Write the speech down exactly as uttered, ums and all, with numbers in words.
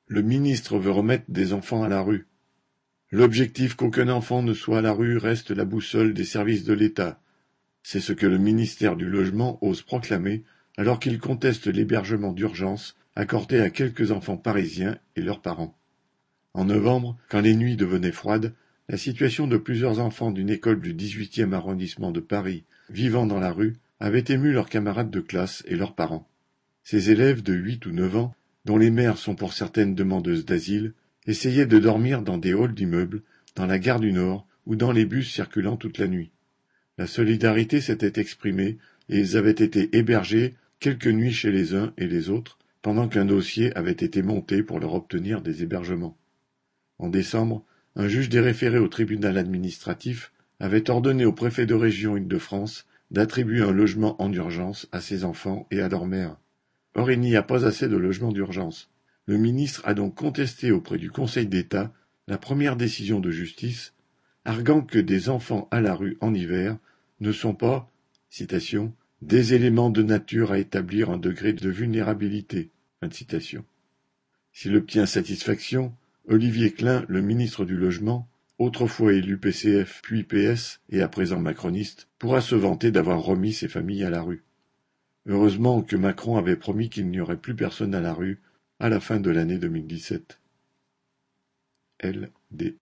Le ministre veut remettre des enfants à la rue. L'objectif qu'aucun enfant ne soit à la rue reste la boussole des services de l'État. C'est ce que le ministère du Logement ose proclamer alors qu'il conteste l'hébergement d'urgence accordé à quelques enfants parisiens et leurs parents. En novembre, quand les nuits devenaient froides, la situation de plusieurs enfants d'une école du dix-huitième arrondissement de Paris vivant dans la rue avait ému leurs camarades de classe et leurs parents. Ces élèves de huit ou neuf ans, dont les mères sont pour certaines demandeuses d'asile, essayaient de dormir dans des halls d'immeubles, dans la gare du Nord ou dans les bus circulant toute la nuit. La solidarité s'était exprimée et ils avaient été hébergés quelques nuits chez les uns et les autres, pendant qu'un dossier avait été monté pour leur obtenir des hébergements. En décembre, un juge des référés au tribunal administratif avait ordonné au préfet de région Île-de-France d'attribuer un logement en urgence à ses enfants et à leur mère. Or il n'y a pas assez de logements d'urgence. Le ministre a donc contesté auprès du Conseil d'État la première décision de justice, arguant que des enfants à la rue en hiver ne sont pas, citation, des éléments de nature à établir un degré de vulnérabilité. Fin de citation. S'il obtient satisfaction, Olivier Klein, le ministre du Logement, autrefois élu P C F puis P S et à présent macroniste, pourra se vanter d'avoir remis ces familles à la rue. Heureusement que Macron avait promis qu'il n'y aurait plus personne à la rue à la fin de l'année deux mille dix-sept. L D